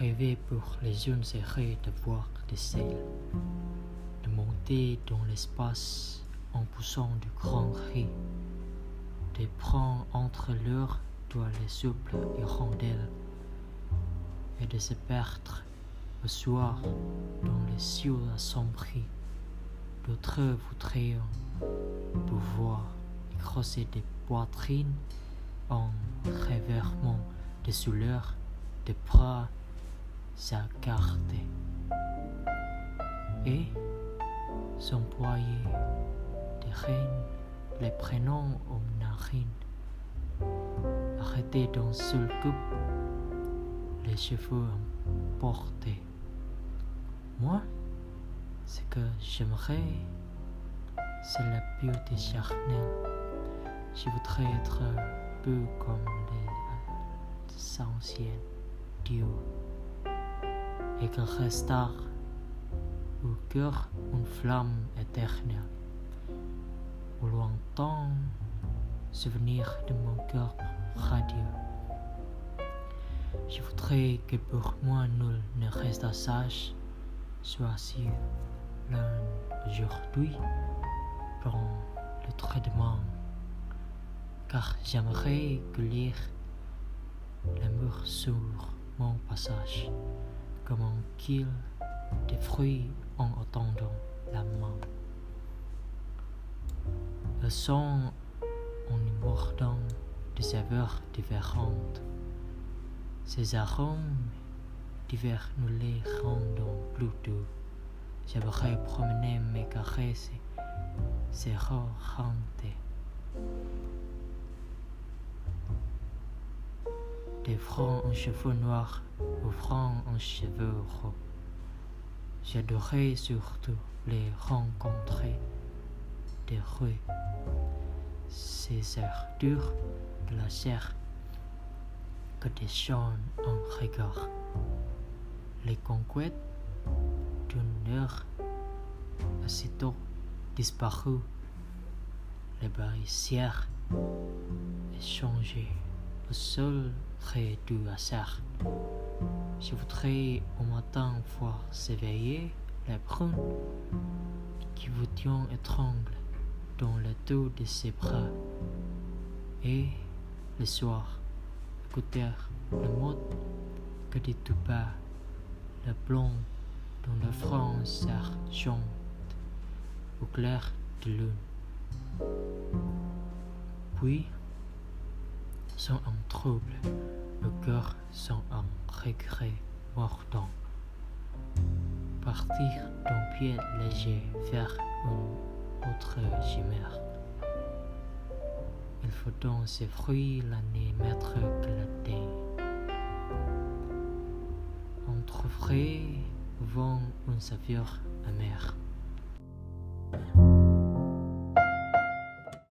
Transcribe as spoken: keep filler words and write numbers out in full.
rêver pour les yeux serrés de voir des ailes, de monter dans l'espace en poussant du grand cri, de prendre entre leurs doigts les souples hirondelles et de se perdre au soir dans les cieux assombris. D'autres voudraient pouvoir creuser des poitrines en revermant des souleurs, des bras s'accarder et s'employer des reines les prenant aux narines, arrêter d'un seul coup les cheveux emportés. Moi, ce que j'aimerais, c'est la beauté charnelle. Je voudrais être un peu comme les anciens dieux, et qu'il restât au cœur une flamme éternelle, au lointain souvenir de mon cœur radieux. Je voudrais que pour moi nul ne reste sage, soit si l'un aujourd'hui prend le traitement, car j'aimerais cueillir l'amour sur mon passage, comme on cueille des fruits en attendant la main. Le son en y mordant des saveurs différentes. Ces arômes divers nous les rendons plus doux. J'aimerais promener mes caresses, ces rentés. Des fronts en cheveux noirs ou fronts en cheveux roux. J'adorais surtout les rencontrer des rues, ces airs durs de la chair que déchaîne un regard. Les conquêtes d'une heure aussitôt disparues, les barrières échangées, le sol très du hasard. Je voudrais au matin voir s'éveiller les brunes qui vous tiennent étrangle dans le dos de ses bras, et le soir écouter le mot que dit tout bas le blond dont le front s'argente au clair de lune. Puis, sans un trouble, le cœur sans un regret mordant, partir d'un pied léger vers une autre chimère. Il faut dans ces fruits l'année mettre éclater. On trouverait au vent une saveur amère.